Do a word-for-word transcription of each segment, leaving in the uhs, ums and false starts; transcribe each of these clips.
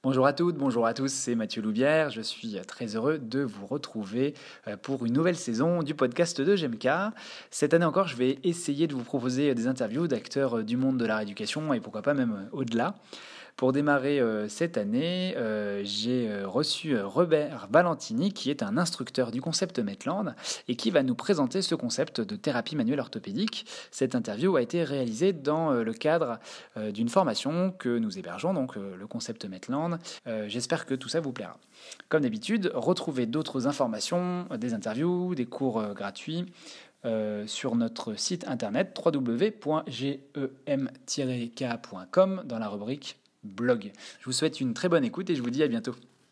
Bonjour à toutes, bonjour à tous, c'est Mathieu Loubière. Je suis très heureux de vous retrouver pour une nouvelle saison du podcast de G M K. Cette année encore, je vais essayer de vous proposer des interviews d'acteurs du monde de la rééducation et pourquoi pas même au-delà. Pour démarrer euh, cette année, euh, j'ai euh, reçu euh, Robert Valentini, qui est un instructeur du concept Medland et qui va nous présenter ce concept de thérapie manuelle orthopédique. Cette interview a été réalisée dans euh, le cadre euh, d'une formation que nous hébergeons, donc euh, le concept Medland. Euh, j'espère que tout ça vous plaira. Comme d'habitude, retrouvez d'autres informations, des interviews, des cours euh, gratuits Euh, sur notre site internet w w w point g e m tiret k point com dans la rubrique blog. Je vous souhaite une très bonne écoute et je vous dis à bientôt.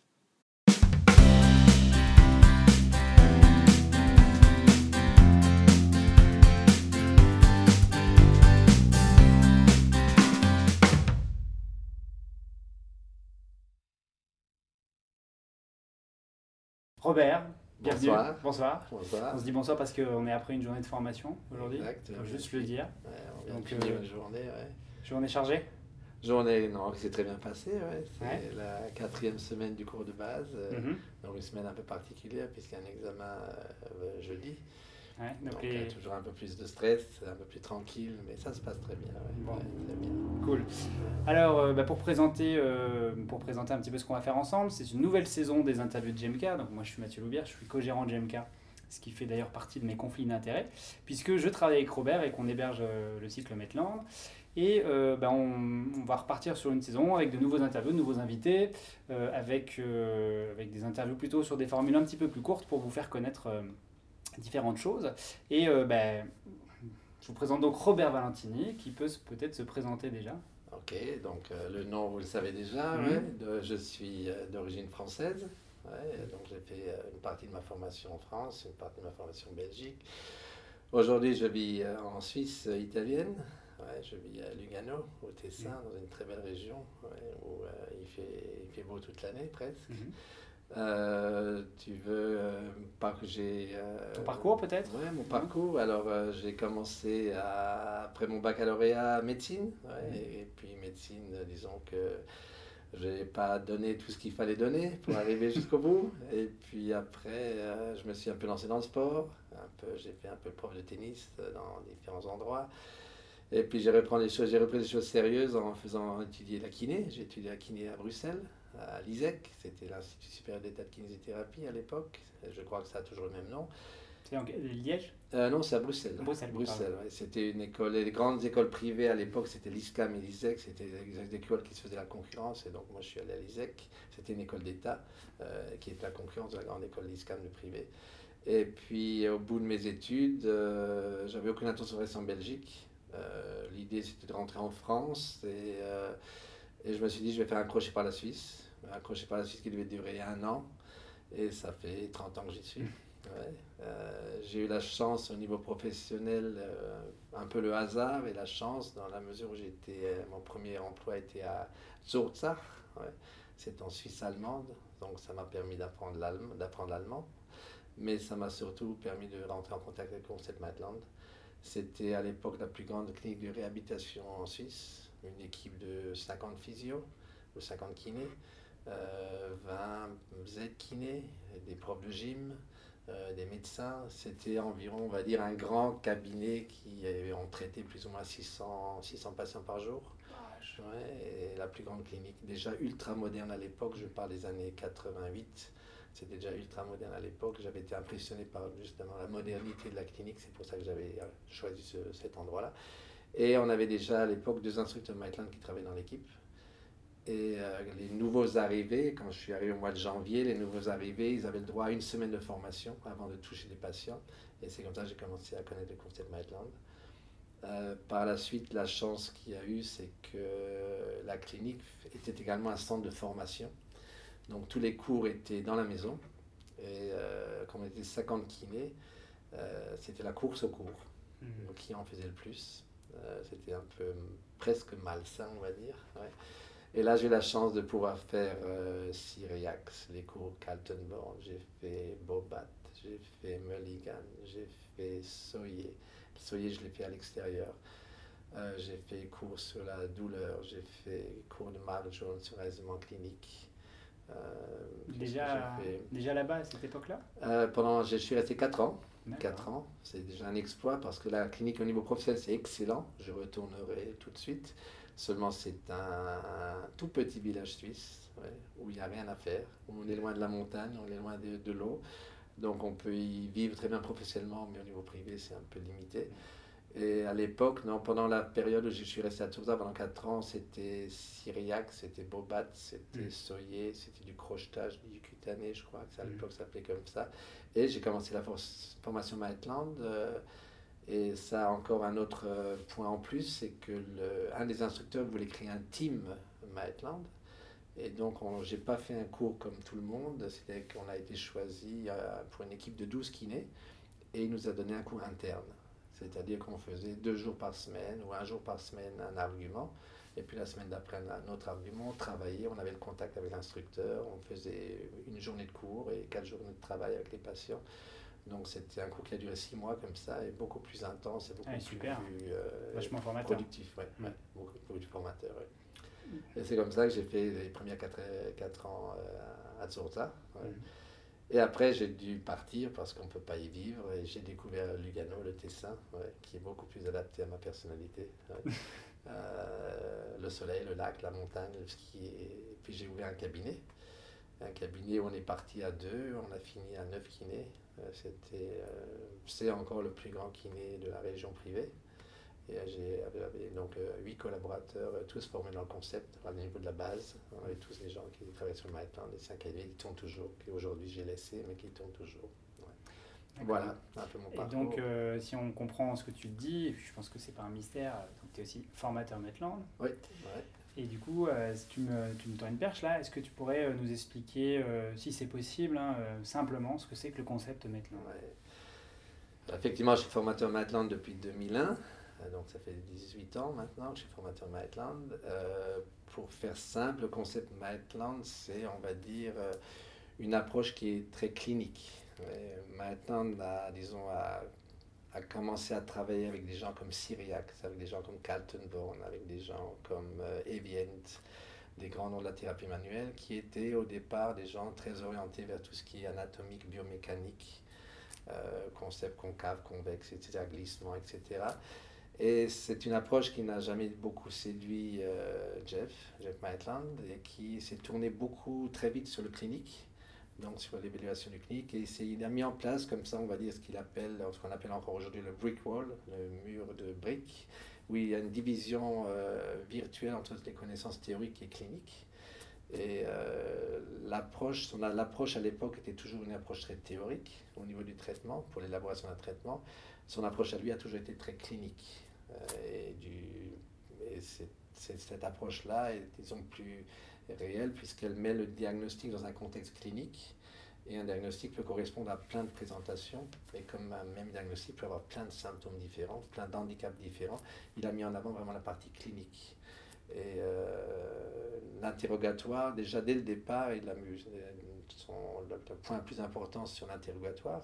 Robert, bienvenue. Bonsoir. Bonsoir. Bonsoir. On se dit bonsoir parce qu'on est après une journée de formation aujourd'hui. Exact. Il faut juste le dire. Ouais, on vient Donc, de finir euh, une journée. Ouais. Journée chargée. Journée, non, qui s'est très bien passée. Ouais. C'est Ouais. la quatrième semaine du cours de base. euh, Mhm. Donc une semaine un peu particulière puisqu'il y a un examen euh, jeudi. Ouais, donc Donc les- euh, toujours un peu plus de stress, un peu plus tranquille, mais ça se passe très bien. Ouais. Bon. Ouais, très bien. Cool. Alors, euh, bah, pour, présenter, euh, pour présenter un petit peu ce qu'on va faire ensemble, c'est une nouvelle saison des interviews de G M K. Donc, moi, je suis Mathieu Loubière, je suis co-gérant de G M K, ce qui fait d'ailleurs partie de mes conflits d'intérêts, puisque je travaille avec Robert et qu'on héberge euh, le cycle Medland. Et euh, bah, on, on va repartir sur une saison avec de nouveaux interviews, de nouveaux invités, euh, avec, euh, avec des interviews plutôt sur des formules un petit peu plus courtes pour vous faire connaître euh, différentes choses. Et euh, bah, je vous présente donc Robert Valentini, qui peut se- peut-être se présenter déjà. Ok, donc euh, le nom, vous le savez déjà. Mhm. Ouais. De- je suis euh, d'origine française. Ouais, donc j'ai fait euh, une partie de ma formation en France, une partie de ma formation en Belgique. Aujourd'hui, je vis euh, en Suisse euh, italienne. Ouais, je vis à Lugano, au Tessin, dans une très belle région ouais, où euh, il, fait, il fait beau toute l'année presque. Mhm. Euh, tu veux euh, pas que j'ai. euh, Ton parcours peut-être. Ouais, mon parcours. Alors, euh, j'ai commencé à- après mon baccalauréat médecine. Ouais, Mhm. et, et puis, médecine, euh, disons que je n'ai pas donné tout ce qu'il fallait donner pour arriver jusqu'au bout. Et puis après, euh, je me suis un peu lancé dans le sport. Un peu, j'ai fait un peu prof de tennis euh, dans différents endroits. Et puis, j'ai repris les choses, j'ai repris les choses sérieuses en faisant étudier la kiné. J'ai étudié la kiné à Bruxelles, à l'I S E C. C'était l'Institut supérieur d'état de kinésithérapie à l'époque. Je crois que ça a toujours le même nom. C'est en Liège. Euh, non, c'est à Bruxelles. Bruxelles, oui, Bruxelles, ouais. C'était une école, les grandes écoles privées à l'époque, c'était l'I S C A M et l'I S E C, c'était des écoles qui se faisaient la concurrence, et donc moi je suis allé à l'I S E C, c'était une école d'État euh, qui était la concurrence de la grande école l'I S C A M de privé. Et puis au bout de mes études, euh, j'avais aucune intention de rester en Belgique. Euh, l'idée c'était de rentrer en France, et, euh, et je me suis dit je vais faire un crochet par la Suisse, un crochet par la Suisse qui devait durer un an, et ça fait trente ans que j'y suis. Ouais. Euh, j'ai eu la chance au niveau professionnel, euh, un peu le hasard et la chance dans la mesure où j'étais, euh, mon premier emploi était à Zurzach, ouais. C'est en Suisse allemande, donc ça m'a permis d'apprendre l'allemand, d'apprendre l'allemand, mais ça m'a surtout permis de rentrer en contact avec le concept Medland. C'était à l'époque la plus grande clinique de réhabilitation en Suisse, une équipe de cinquante physios ou cinquante kinés, euh, vingt Z-kinés, des profs de gym. Euh, des médecins, c'était environ, on va dire, un grand cabinet qui avait, on traitait plus ou moins six cents, six cents patients par jour. Ouais, et la plus grande clinique, déjà ultra moderne à l'époque, je parle des années quatre-vingt-huit, c'était déjà ultra moderne à l'époque. J'avais été impressionné par justement la modernité de la clinique, c'est pour ça que j'avais euh, choisi ce, cet endroit-là. Et on avait déjà à l'époque deux instructeurs Medland qui travaillaient dans l'équipe. Et euh, les nouveaux arrivés, quand je suis arrivé au mois de janvier, les nouveaux arrivés, ils avaient le droit à une semaine de formation avant de toucher des patients. Et c'est comme ça que j'ai commencé à connaître le concept Medland. Euh, par la suite, la chance qu'il y a eu, c'est que la clinique était également un centre de formation. Donc tous les cours étaient dans la maison. Et euh, comme on était cinquante kinés, euh, c'était la course au cours. Mmh. Donc qui en faisait le plus. Euh, c'était un peu presque malsain, on va dire. Ouais. Et là, j'ai eu la chance de pouvoir faire euh, Cyriax, les cours Kaltenborn, j'ai fait Bobat, j'ai fait Mulligan, j'ai fait Soyer. Soyer, je l'ai fait à l'extérieur. Euh, j'ai fait cours sur la douleur, j'ai fait cours de Mark Jones sur raisonnement clinique. Euh, déjà, déjà là-bas, à cette époque-là euh, pendant, Je suis resté quatre ans. quatre D'accord. ans, c'est déjà un exploit parce que la clinique au niveau professionnel c'est excellent, je retournerai tout de suite. Seulement c'est un, un tout petit village suisse, ouais, où il n'y a rien à faire, où on est loin de la montagne, on est loin de, de l'eau, donc on peut y vivre très bien professionnellement, mais au niveau privé c'est un peu limité. Et à l'époque, non, pendant la période où je suis resté à Tourza pendant quatre ans, c'était Syriac, c'était Bobat, c'était Mm. Soyer, c'était du crochetage, du cutané, je crois que ça, à Mm. l'époque ça s'appelait comme ça. Et j'ai commencé la for- formation Maitland. Euh, et ça a encore un autre euh, point en plus, c'est que le, un des instructeurs voulait créer un team Maitland. Et donc, j'ai pas fait un cours comme tout le monde, c'est-à-dire qu'on a été choisi euh, pour une équipe de douze kinés et il nous a donné un cours interne. C'est-à-dire qu'on faisait deux jours par semaine ou un jour par semaine un argument, et puis la semaine d'après un autre argument, on travaillait, on avait le contact avec l'instructeur, on faisait une journée de cours et quatre journées de travail avec les patients. Donc c'était un cours qui a duré six mois comme ça, et beaucoup plus intense et beaucoup Ah, plus super. euh, Vachement formateur. productif, ouais, Mm. ouais, beaucoup plus formateur. Ouais. Et c'est comme ça que j'ai fait les premiers quatre ans euh, à Zorza. Ouais. Mm. Et après, j'ai dû partir parce qu'on ne peut pas y vivre. Et j'ai découvert Lugano, le Tessin, ouais, qui est beaucoup plus adapté à ma personnalité. Ouais. euh, le soleil, le lac, la montagne, le ski. Et puis j'ai ouvert un cabinet. Un cabinet où on est parti à deux, on a fini à neuf kinés. Euh, c'était, euh, c'est encore le plus grand kiné de la région privée. Et j'ai donc euh, huit collaborateurs, euh, tous formés dans le concept, au niveau de la base. On avait tous les gens qui travaillaient sur Maitland, les cinq cabinets qui tournent toujours, qu'aujourd'hui j'ai laissé, mais qui tournent toujours. Ouais. Voilà, un peu mon Et parcours. donc, euh, si on comprend ce que tu dis, et puis je pense que c'est pas un mystère, tu es aussi formateur Maitland. Oui, ouais. Et du coup, euh, si tu me, tu me tends une perche là, est-ce que tu pourrais euh, nous expliquer, euh, si c'est possible, hein, euh, simplement ce que c'est que le concept Maitland? Ouais. Effectivement, je suis formateur Maitland depuis deux mille un. Donc ça fait dix-huit ans maintenant que je suis formateur Maitland. Euh, pour faire simple, le concept Maitland, c'est, on va dire, euh, une approche qui est très clinique. Maitland a, disons, a, a commencé à travailler avec des gens comme Syriac, avec des gens comme Kaltenborn, avec des gens comme euh, Evient, des grands noms de la thérapie manuelle, qui étaient au départ des gens très orientés vers tout ce qui est anatomique, biomécanique, euh, concept concave, convexe, et cetera, glissement, et cetera. Et c'est une approche qui n'a jamais beaucoup séduit euh, Jeff, Jeff Maitland, et qui s'est tourné beaucoup très vite sur le clinique, donc sur l'évaluation du clinique. Et il a mis en place, comme ça, on va dire, ce qu'il appelle, ce qu'on appelle encore aujourd'hui le brick wall, le mur de briques, où il y a une division euh, virtuelle entre les connaissances théoriques et cliniques. Et euh, l'approche, son, l'approche à l'époque était toujours une approche très théorique au niveau du traitement, pour l'élaboration d'un traitement. Son approche à lui a toujours été très clinique. Euh, et du, et c'est, c'est, cette approche-là est, disons, plus réelle puisqu'elle met le diagnostic dans un contexte clinique. Et un diagnostic peut correspondre à plein de présentations. Et comme un même diagnostic peut avoir plein de symptômes différents, plein d'handicaps différents, il a mis en avant vraiment la partie clinique. Et euh, l'interrogatoire, déjà dès le départ, il a mis son, le, le point le plus important sur l'interrogatoire.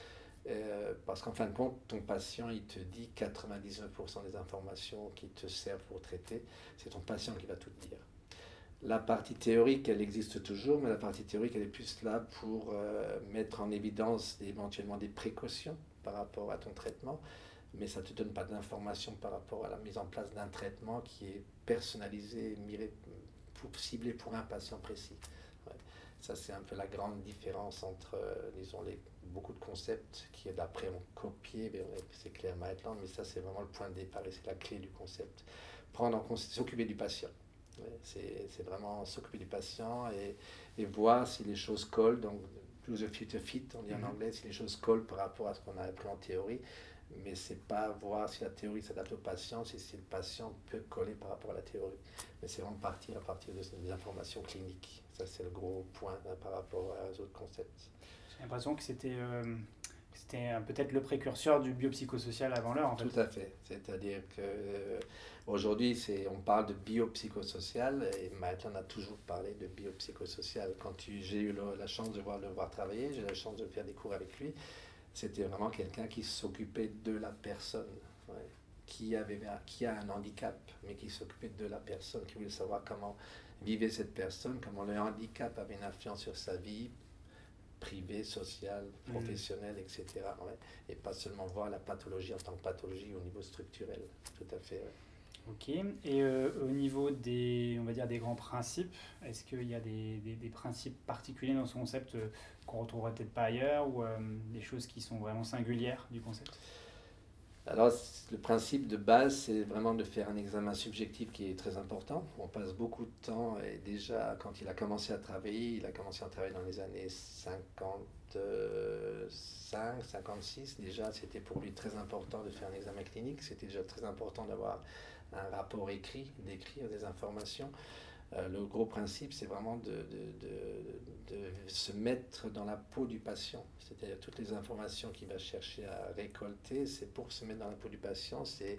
Euh, parce qu'en fin de compte, ton patient, il te dit quatre-vingt-dix-neuf pour cent des informations qui te servent pour traiter, c'est ton patient qui va tout te dire. La partie théorique, elle existe toujours, mais la partie théorique, elle est plus là pour euh, mettre en évidence éventuellement des précautions par rapport à ton traitement, mais ça ne te donne pas d'informations par rapport à la mise en place d'un traitement qui est personnalisé, miré, pour, ciblé pour un patient précis. Ouais. Ça, c'est un peu la grande différence entre, euh, disons, les, beaucoup de concepts qui, d'après, ont copié, c'est clair, Maitland, mais ça, c'est vraiment le point de départ et c'est la clé du concept. Prendre en compte, s'occuper du patient. Ouais, c'est, c'est vraiment s'occuper du patient et, et voir si les choses collent, donc do the future fit, on dit en anglais, si les choses collent par rapport à ce qu'on a appris en théorie, mais c'est pas voir si la théorie s'adapte au patient, c'est si le patient peut coller par rapport à la théorie. Mais c'est vraiment partir à partir de, des informations cliniques. Ça, c'est le gros point hein, par rapport aux autres concepts. J'ai l'impression que c'était... Euh... C'était peut-être le précurseur du biopsychosocial avant l'heure, en fait. Tout à fait. C'est-à-dire qu'aujourd'hui, euh, on parle de biopsychosocial et Maitland a toujours parlé de biopsychosocial. Quand tu, j'ai eu le, la chance de voir, le voir travailler, j'ai eu la chance de faire des cours avec lui, c'était vraiment quelqu'un qui s'occupait de la personne. Ouais. qui, avait, qui a un handicap, mais qui s'occupait de la personne, qui voulait savoir comment vivait cette personne, comment le handicap avait une influence sur sa vie privée, sociale, professionnelle, et cetera. Ouais. Et pas seulement voir la pathologie en tant que pathologie au niveau structurel. Tout à fait. Ouais. Ok. Et euh, au niveau des, on va dire, des grands principes, est-ce qu'il y a des, des, des principes particuliers dans ce concept euh, qu'on ne retrouverait peut-être pas ailleurs, ou euh, des choses qui sont vraiment singulières du concept? Alors, le principe de base, c'est vraiment de faire un examen subjectif qui est très important. On passe beaucoup de temps, et déjà, quand il a commencé à travailler, il a commencé à travailler dans les années cinquante-cinq, cinquante-six. Déjà, c'était pour lui très important de faire un examen clinique. C'était déjà très important d'avoir un rapport écrit, d'écrire des informations. Euh, le gros principe, c'est vraiment de, de, de, de se mettre dans la peau du patient. C'est-à-dire toutes les informations qu'il va chercher à récolter, c'est pour se mettre dans la peau du patient, c'est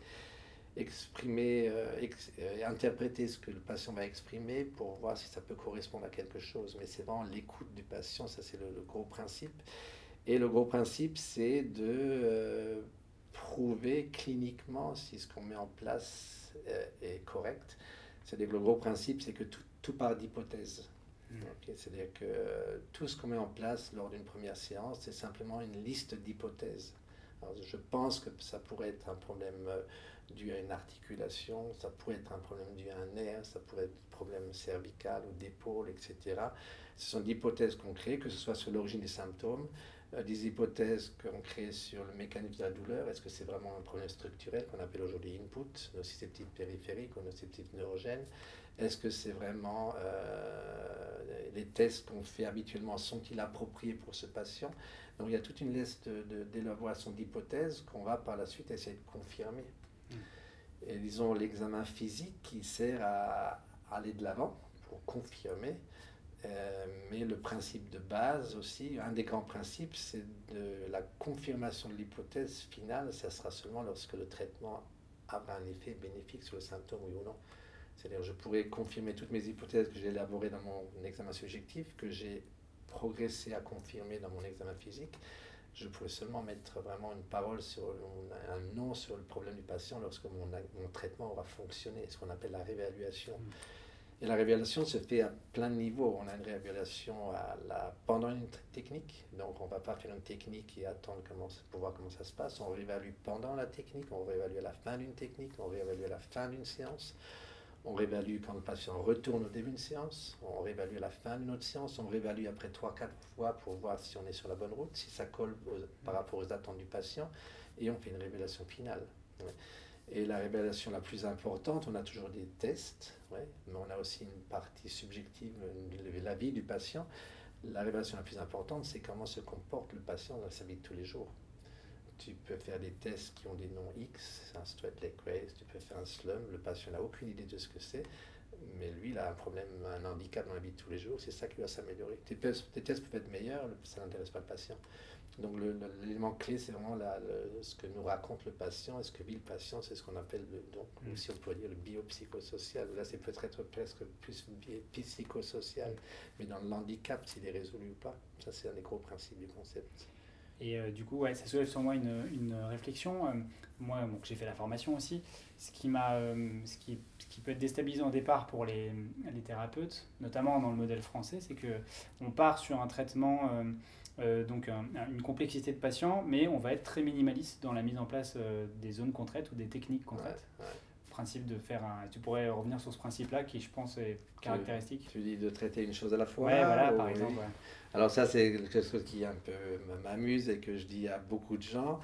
exprimer, euh, ex, euh, interpréter ce que le patient va exprimer pour voir si ça peut correspondre à quelque chose. Mais c'est vraiment l'écoute du patient, ça c'est le, le gros principe. Et le gros principe, c'est de euh, prouver cliniquement si ce qu'on met en place euh, est correct. C'est-à-dire que le gros principe, c'est que tout, tout part d'hypothèse. Mmh. Okay, c'est-à-dire que euh, tout ce qu'on met en place lors d'une première séance, c'est simplement une liste d'hypothèses. Alors, je pense que ça pourrait être un problème euh, dû à une articulation, ça pourrait être un problème dû à un nerf, ça pourrait être un problème cervical ou d'épaule, et cetera. Ce sont des hypothèses qu'on crée, que ce soit sur l'origine des symptômes, euh, des hypothèses qu'on crée sur le mécanisme de la douleur. Est-ce que c'est vraiment un problème structurel qu'on appelle aujourd'hui input, nociceptif périphérique ou nociceptif neurogène? Est-ce que c'est vraiment euh, les tests qu'on fait habituellement sont-ils appropriés pour ce patient? Donc il y a toute une liste de, d'élaboration d'hypothèses qu'on va par la suite essayer de confirmer. Mmh. Et disons l'examen physique qui sert à aller de l'avant pour confirmer. Euh, mais le principe de base aussi, un des grands principes, c'est de la confirmation de l'hypothèse finale. Ça sera seulement lorsque le traitement aura un effet bénéfique sur le symptôme, oui ou non. C'est-à-dire je pourrais confirmer toutes mes hypothèses que j'ai élaborées dans mon examen subjectif, que j'ai progressé à confirmer dans mon examen physique. Je pourrais seulement mettre vraiment une parole sur un nom sur le problème du patient lorsque mon, mon traitement aura fonctionné, ce qu'on appelle la réévaluation. Mmh. Et la réévaluation se fait à plein de niveaux. On a une réévaluation à la, pendant une technique, donc on ne va pas faire une technique et attendre comment, pour voir comment ça se passe. On réévalue pendant la technique, on réévalue à la fin d'une technique, on réévalue à la fin d'une séance. On réévalue quand le patient retourne au début d'une séance, on réévalue à la fin d'une autre séance, on réévalue après trois quatre fois pour voir si on est sur la bonne route, si ça colle aux, par rapport aux attentes du patient, et on fait une réévaluation finale. Ouais. Et la réévaluation la plus importante, on a toujours des tests, ouais, mais on a aussi une partie subjective, l'avis du patient. La réévaluation la plus importante, c'est comment se comporte le patient dans sa vie de tous les jours. Tu peux faire des tests qui ont des noms X, un straight leg raise, tu peux faire un slum, le patient n'a aucune idée de ce que c'est, mais lui, il a un problème, un handicap dans la vie de tous les jours, c'est ça qui va s'améliorer. Tes, tes tests peuvent être meilleurs, ça n'intéresse pas le patient. Donc le, le, l'élément clé, c'est vraiment la, le, ce que nous raconte le patient, et ce que vit le patient, c'est ce qu'on appelle, le, donc, mmh. si on pourrait dire, le biopsychosocial. Là, c'est peut-être presque plus psychosocial, mais dans le handicap, s'il est résolu ou pas, ça c'est un des gros principes du concept. Et euh, du coup, ouais, ça soulève sur moi une, une réflexion. Euh, moi, bon, j'ai fait la formation aussi. Ce qui, m'a, euh, ce, qui, ce qui peut être déstabilisant au départ pour les, les thérapeutes, notamment dans le modèle français, c'est qu'on part sur un traitement, euh, euh, donc un, une complexité de patient, mais on va être très minimaliste dans la mise en place euh, des zones qu'on traite ou des techniques qu'on traite. Ouais, ouais. Principe de faire un... Tu pourrais revenir sur ce principe-là qui, je pense, est caractéristique. Tu, tu dis de traiter une chose à la fois. Ouais, voilà, par exemple. Ouais. Alors ça, c'est quelque chose qui un peu m'amuse et que je dis à beaucoup de gens.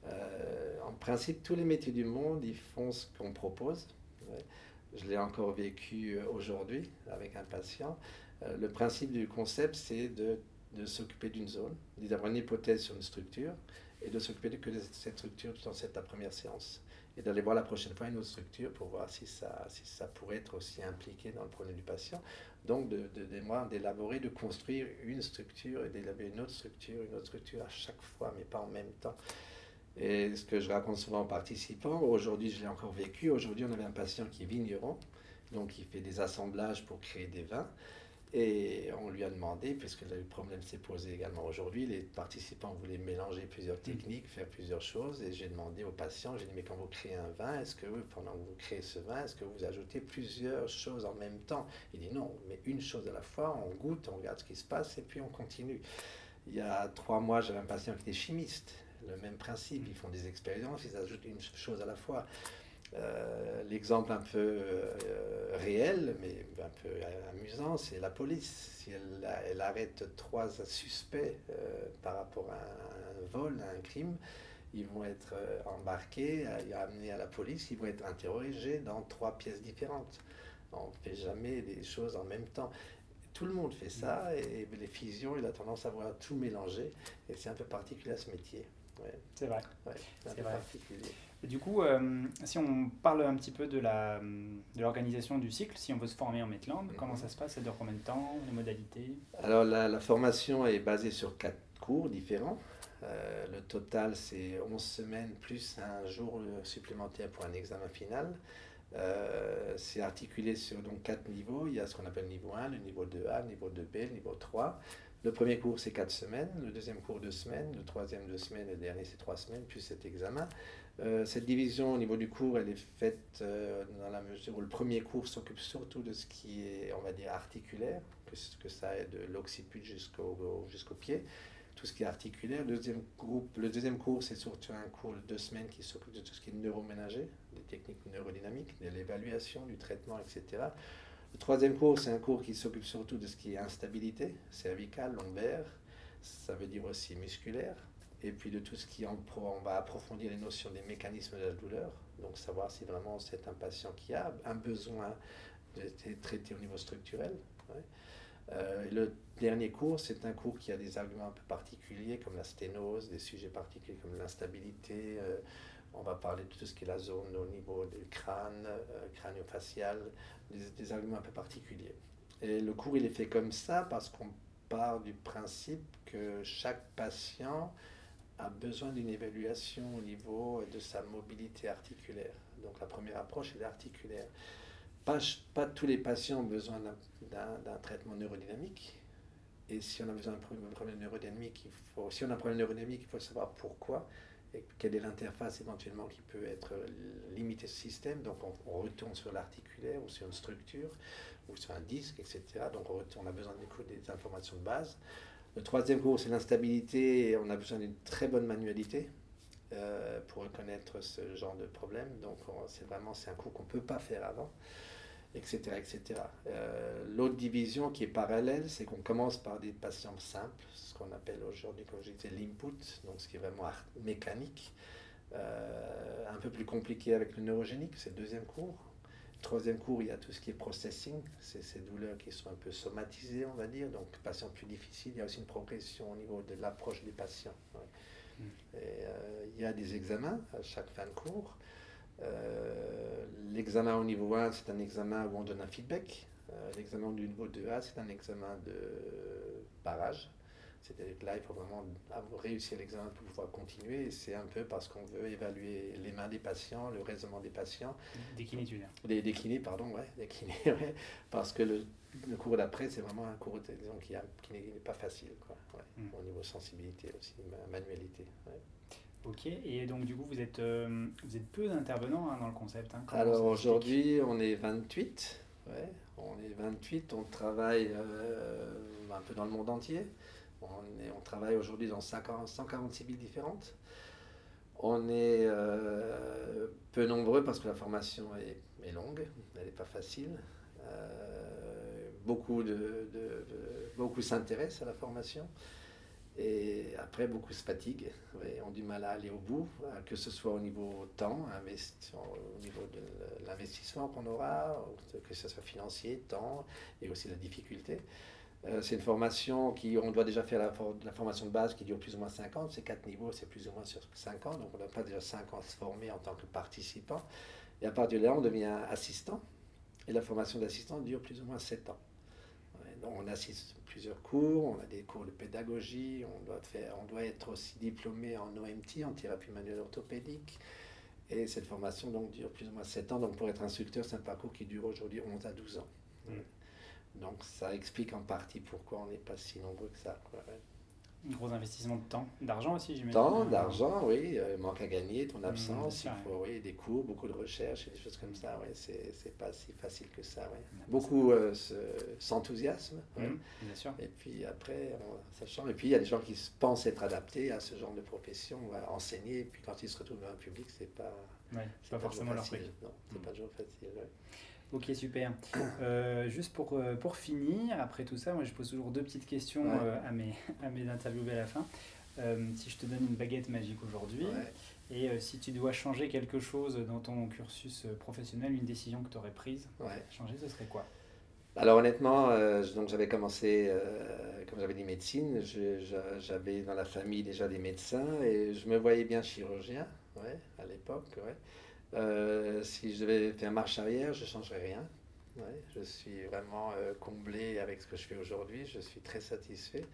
Euh, en principe, tous les métiers du monde, ils font ce qu'on propose. Ouais. Je l'ai encore vécu aujourd'hui avec un patient. Euh, le principe du concept, c'est de, de s'occuper d'une zone, d'avoir une hypothèse sur une structure et de s'occuper de que de cette structure dans cette la première séance. Et d'aller voir la prochaine fois une autre structure pour voir si ça, si ça pourrait être aussi impliqué dans le problème du patient. Donc, de, de, de moi, d'élaborer, de construire une structure et d'élaborer une autre structure, une autre structure à chaque fois, mais pas en même temps. Et ce que je raconte souvent aux participants, aujourd'hui, je l'ai encore vécu. Aujourd'hui, on avait un patient qui est vigneron, donc il fait des assemblages pour créer des vins. Et on lui a demandé, puisque le problème s'est posé également aujourd'hui, les participants voulaient mélanger plusieurs techniques, faire plusieurs choses, et j'ai demandé aux patients, j'ai dit, mais quand vous créez un vin, est-ce que, pendant que vous créez ce vin, est-ce que vous ajoutez plusieurs choses en même temps? Il dit non, mais une chose à la fois, on goûte, on regarde ce qui se passe, et puis on continue. Il y a trois mois, j'avais un patient qui était chimiste, le même principe, ils font des expériences, ils ajoutent une chose à la fois. Euh, l'exemple un peu euh, réel, mais un peu amusant, c'est la police. Si elle, elle arrête trois suspects euh, par rapport à un vol, à un crime, ils vont être euh, embarqués, euh, amenés à la police, ils vont être interrogés dans trois pièces différentes. On ne fait jamais des choses en même temps. Tout le monde fait ça, et les fusions, il a tendance à vouloir tout mélanger, et c'est un peu particulier à ce métier. Ouais. C'est vrai. Ouais, c'est un c'est peu vrai. particulier. Et du coup, euh, si on parle un petit peu de, la, de l'organisation du cycle, si on veut se former en Maitland, mm-hmm. comment ça se passe? Ça dure combien de temps? Les modalités? Alors la, la formation est basée sur quatre cours différents. Euh, le total, c'est onze semaines plus un jour supplémentaire pour un examen final. Euh, c'est articulé sur donc quatre niveaux. Il y a ce qu'on appelle le niveau un, le niveau deux A, le niveau deux B, le niveau trois. Le premier cours, c'est quatre semaines. Le deuxième cours, deux semaines. Le troisième, deux semaines. Le dernier, c'est trois semaines, plus cet examen. Euh, cette division au niveau du cours, elle est faite euh, dans la mesure où le premier cours s'occupe surtout de ce qui est, on va dire, articulaire, que, que ça est de l'occiput jusqu'au, jusqu'au pied, tout ce qui est articulaire. Le deuxième, groupe, le deuxième cours, c'est surtout un cours de deux semaines qui s'occupe de tout ce qui est neuroménager, des techniques neurodynamiques, de l'évaluation, du traitement, et cetera. Le troisième cours, c'est un cours qui s'occupe surtout de ce qui est instabilité, cervicale, lombaire, ça veut dire aussi musculaire. Et puis de tout ce qui en pro, on va approfondir les notions des mécanismes de la douleur, donc savoir si vraiment c'est un patient qui a un besoin d'être traité au niveau structurel. Ouais. Euh, le dernier cours, c'est un cours qui a des arguments un peu particuliers comme la sténose, des sujets particuliers comme l'instabilité. Euh, on va parler de tout ce qui est la zone au niveau du crâne, euh, crânio-facial, des, des arguments un peu particuliers. Et le cours, il est fait comme ça parce qu'on part du principe que chaque patient a besoin d'une évaluation au niveau de sa mobilité articulaire. Donc la première approche, elle est articulaire. Pas, pas tous les patients ont besoin d'un, d'un, d'un traitement neurodynamique. Et si on a besoin d'un problème neurodynamique, il faut, si on a un problème neurodynamique, il faut savoir pourquoi et quelle est l'interface éventuellement qui peut être limitée ce système. Donc on, on retourne sur l'articulaire ou sur une structure ou sur un disque, et cetera. Donc on, retourne, on a besoin des, des informations de base. Le troisième cours, c'est l'instabilité, et on a besoin d'une très bonne manualité euh, pour reconnaître ce genre de problème. Donc, on, c'est vraiment c'est un cours qu'on ne peut pas faire avant, et cetera, et cetera. Euh, l'autre division qui est parallèle, c'est qu'on commence par des patients simples, ce qu'on appelle aujourd'hui, comme je disais, l'input, donc ce qui est vraiment mécanique, euh, un peu plus compliqué avec le neurogénique, c'est le deuxième cours. Troisième cours, il y a tout ce qui est processing, c'est ces douleurs qui sont un peu somatisées, on va dire, donc patient plus difficile. Il y a aussi une progression au niveau de l'approche des patients. Ouais. Mm. Et, euh, il y a des examens à chaque fin de cours. Euh, l'examen au niveau un, c'est un examen où on donne un feedback. Euh, l'examen du niveau deux A, c'est un examen de barrage. C'est-à-dire que là, il faut vraiment réussir l'examen pour pouvoir continuer. Et c'est un peu parce qu'on veut évaluer les mains des patients, le raisonnement des patients. Des kinés, tu veux dire. Des, des kinés, pardon, ouais, des kinés, ouais. Parce que le, le cours d'après, c'est vraiment un cours disons, qui, a, qui n'est pas facile, quoi, ouais, mm. au niveau sensibilité aussi, manualité. Ouais. Ok, et donc du coup, vous êtes, euh, vous êtes peu d'intervenants hein, dans le concept. Hein. Alors aujourd'hui, on est vingt-huit. Ouais, on est vingt-huit, on travaille euh, un peu dans le monde entier. On, est, on travaille aujourd'hui dans cent quarante-six villes différentes. On est euh, peu nombreux parce que la formation est, est longue, elle n'est pas facile. Euh, beaucoup, de, de, de, beaucoup s'intéressent à la formation. Et après, beaucoup se fatiguent, ouais, ont du mal à aller au bout, que ce soit au niveau temps, au niveau de l'investissement qu'on aura, que ce soit financier, temps, et aussi la difficulté. Euh, c'est une formation qui, on doit déjà faire la, la formation de base qui dure plus ou moins cinq ans, c'est quatre niveaux, c'est plus ou moins sur cinq ans, donc on n'a pas déjà cinq ans à se former en tant que participant. Et à partir de là, on devient assistant, et la formation d'assistant dure plus ou moins sept ans. On assiste à plusieurs cours, on a des cours de pédagogie, on doit, faire, on doit être aussi diplômé en O M T, en thérapie manuelle orthopédique. Et cette formation donc, dure plus ou moins sept ans. Donc pour être instructeur, c'est un parcours qui dure aujourd'hui onze à douze ans. Mmh. Donc ça explique en partie pourquoi on n'est pas si nombreux que ça. Ouais, ouais. Un gros investissement de temps, d'argent aussi, j'imagine. Temps, d'argent, oui, euh, manque à gagner, ton absence, mmh, il faut oui, des cours, beaucoup de recherches et des choses comme ça. Ouais, c'est, c'est pas si facile que ça. Ouais. Mmh. Beaucoup euh, se, s'enthousiasment. Ouais. Mmh, bien sûr. Et puis après, on, ça change. Et puis il y a des gens qui pensent être adaptés à ce genre de profession, à enseigner. Et puis quand ils se retrouvent dans un public, c'est pas, ouais, c'est pas, pas forcément leur facile. truc. Non, c'est mmh. pas toujours facile. Ouais. Ok, super. Euh, juste pour, euh, pour finir, après tout ça, moi je pose toujours deux petites questions Ouais. euh, à, mes, à mes interviewés à la fin. Euh, si je te donne une baguette magique aujourd'hui, Ouais. et euh, si tu dois changer quelque chose dans ton cursus professionnel, une décision que tu aurais prise, Ouais. changer, ce serait quoi? Alors honnêtement, euh, donc j'avais commencé, euh, comme j'avais dit, médecine. Je, je, j'avais dans la famille déjà des médecins et je me voyais bien chirurgien, ouais, à l'époque. Ouais. Euh, si je devais faire marche arrière, je ne changerais rien. Ouais, je suis vraiment euh, comblé avec ce que je fais aujourd'hui. Je suis très satisfait.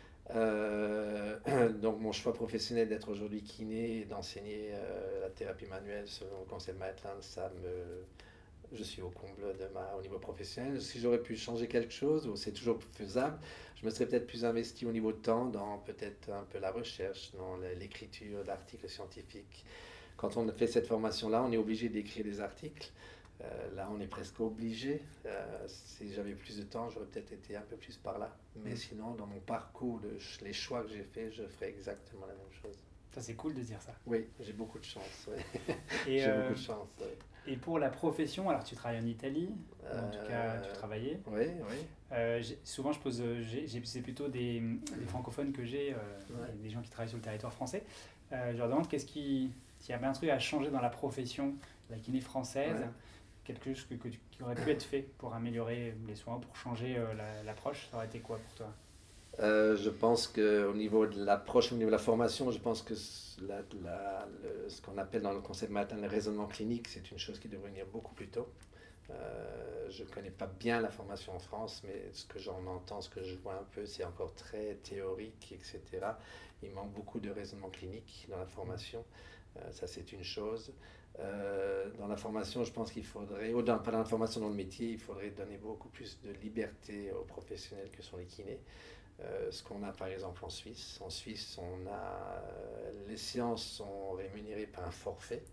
Euh, donc mon choix professionnel d'être aujourd'hui kiné et d'enseigner euh, la thérapie manuelle selon le concept Maitland, ça me... Je suis au comble de ma, au niveau professionnel. Si j'aurais pu changer quelque chose, ou c'est toujours faisable, je me serais peut-être plus investi au niveau de temps dans peut-être un peu la recherche, dans l'écriture d'articles scientifiques. Quand on fait cette formation-là, on est obligé d'écrire des articles. Euh, là, on est presque obligé. Euh, si j'avais plus de temps, j'aurais peut-être été un peu plus par là. Mais mmh. sinon, dans mon parcours, le, les choix que j'ai faits, je ferais exactement la même chose. Ça, c'est cool de dire ça. Oui, j'ai beaucoup de chance. Ouais. Et j'ai euh, beaucoup de chance. Ouais. Et pour la profession, alors tu travailles en Italie, euh, en tout cas tu travaillais. Oui, oui. Euh, souvent je pose, j'ai, j'ai, c'est plutôt des, des francophones que j'ai, euh, ouais. des gens qui travaillent sur le territoire français. Euh, je leur demande qu'est-ce qui, s'il y avait un truc à changer dans la profession de la kiné française, ouais. quelque chose que, que, qui aurait pu être fait pour améliorer les soins, pour changer euh, la, l'approche, ça aurait été quoi pour toi? Euh, je pense qu'au niveau de l'approche, au niveau de la formation, je pense que la, la, le, ce qu'on appelle dans le concept matin le raisonnement clinique, c'est une chose qui devrait venir beaucoup plus tôt. Euh, je ne connais pas bien la formation en France, mais ce que j'en entends, ce que je vois un peu, c'est encore très théorique, et cetera. Il manque beaucoup de raisonnement clinique dans la formation. Euh, ça, c'est une chose. Euh, dans la formation, je pense qu'il faudrait, ou dans, pas dans la formation, dans le métier, il faudrait donner beaucoup plus de liberté aux professionnels que sont les kinés. Euh, ce qu'on a par exemple en Suisse. En Suisse, on a, euh, les séances sont rémunérées par un forfait.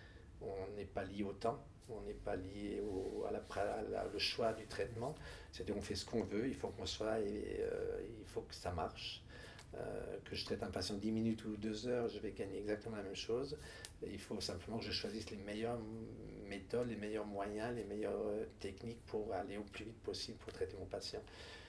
On n'est pas lié au temps, on n'est pas lié au à la, à la, le choix du traitement. C'est-à-dire qu'on fait ce qu'on veut, il faut qu'on soit, et, euh, il faut que ça marche. Euh, que je traite un patient dix minutes ou deux heures, je vais gagner exactement la même chose. Et il faut simplement que je choisisse les meilleures méthodes, les meilleurs moyens, les meilleures techniques pour aller au plus vite possible pour traiter mon patient.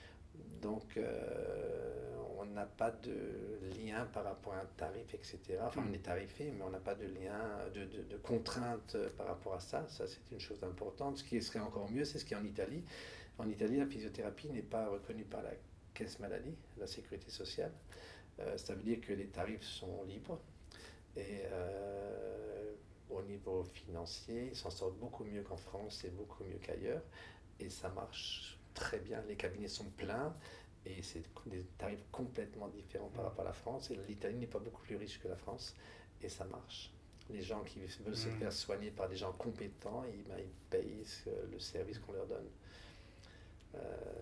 Donc, euh, on n'a pas de lien par rapport à un tarif, et cetera. Enfin, on est tarifé, mais on n'a pas de lien, de, de, de contrainte par rapport à ça. Ça, c'est une chose importante. Ce qui serait encore mieux, c'est ce qui est en Italie. En Italie, la physiothérapie n'est pas reconnue par la caisse maladie, la sécurité sociale. Euh, ça veut dire que les tarifs sont libres. Et euh, au niveau financier, ils s'en sortent beaucoup mieux qu'en France et beaucoup mieux qu'ailleurs. Et ça marche très bien, les cabinets sont pleins et c'est des tarifs complètement différents par rapport à la France. Et l'Italie n'est pas beaucoup plus riche que la France et ça marche. Les gens qui veulent mmh. se faire soigner par des gens compétents, ils, ben, ils payent le service qu'on leur donne. Euh,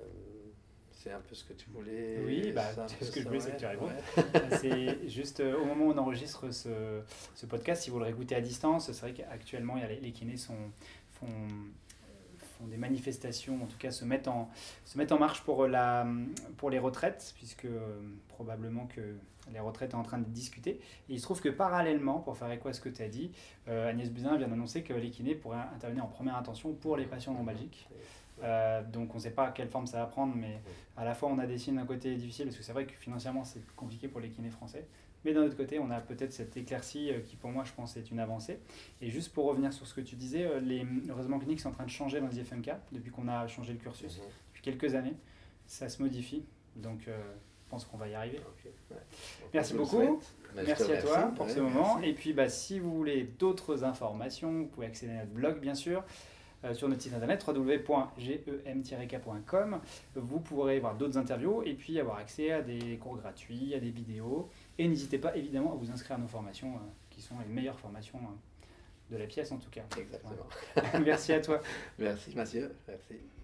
c'est un peu ce que tu voulais. Oui, bah, ce que je voulais, c'est que tu réponds. Ouais. C'est juste euh, au moment où on enregistre ce, ce podcast, si vous le réécoutez à distance, c'est vrai qu'actuellement, il y a les, les kinés sont, font. des manifestations, en tout cas se mettent en, se mettent en marche pour, la, pour les retraites, puisque euh, probablement que les retraites sont en train de discuter. Et il se trouve que parallèlement, pour faire écho à ce que tu as dit, euh, Agnès Buzyn vient d'annoncer que les kinés pourraient intervenir en première intention pour les patients lombalgiques. Euh, donc on ne sait pas quelle forme ça va prendre, mais à la fois on a des signes d'un côté difficile, parce que c'est vrai que financièrement c'est compliqué pour les kinés français. Mais d'un autre côté, on a peut-être cette éclaircie qui, pour moi, je pense, est une avancée. Et juste pour revenir sur ce que tu disais, les, le raisonnement clinique, c'est en train de changer dans les I F M K, depuis qu'on a changé le cursus, mmh. depuis quelques années. Ça se modifie, donc euh, je pense qu'on va y arriver. Okay. Ouais. Merci beaucoup. Merci à toi pour ouais, ce moment. Merci. Et puis, bah, si vous voulez d'autres informations, vous pouvez accéder à notre blog, bien sûr. Euh, sur notre site internet w w w point g e m tiret k point com. Vous pourrez voir d'autres interviews et puis avoir accès à des cours gratuits, à des vidéos. Et n'hésitez pas évidemment à vous inscrire à nos formations euh, qui sont les meilleures formations euh, de la pièce en tout cas. Exactement. Voilà. Merci à toi. Merci Mathieu. Merci.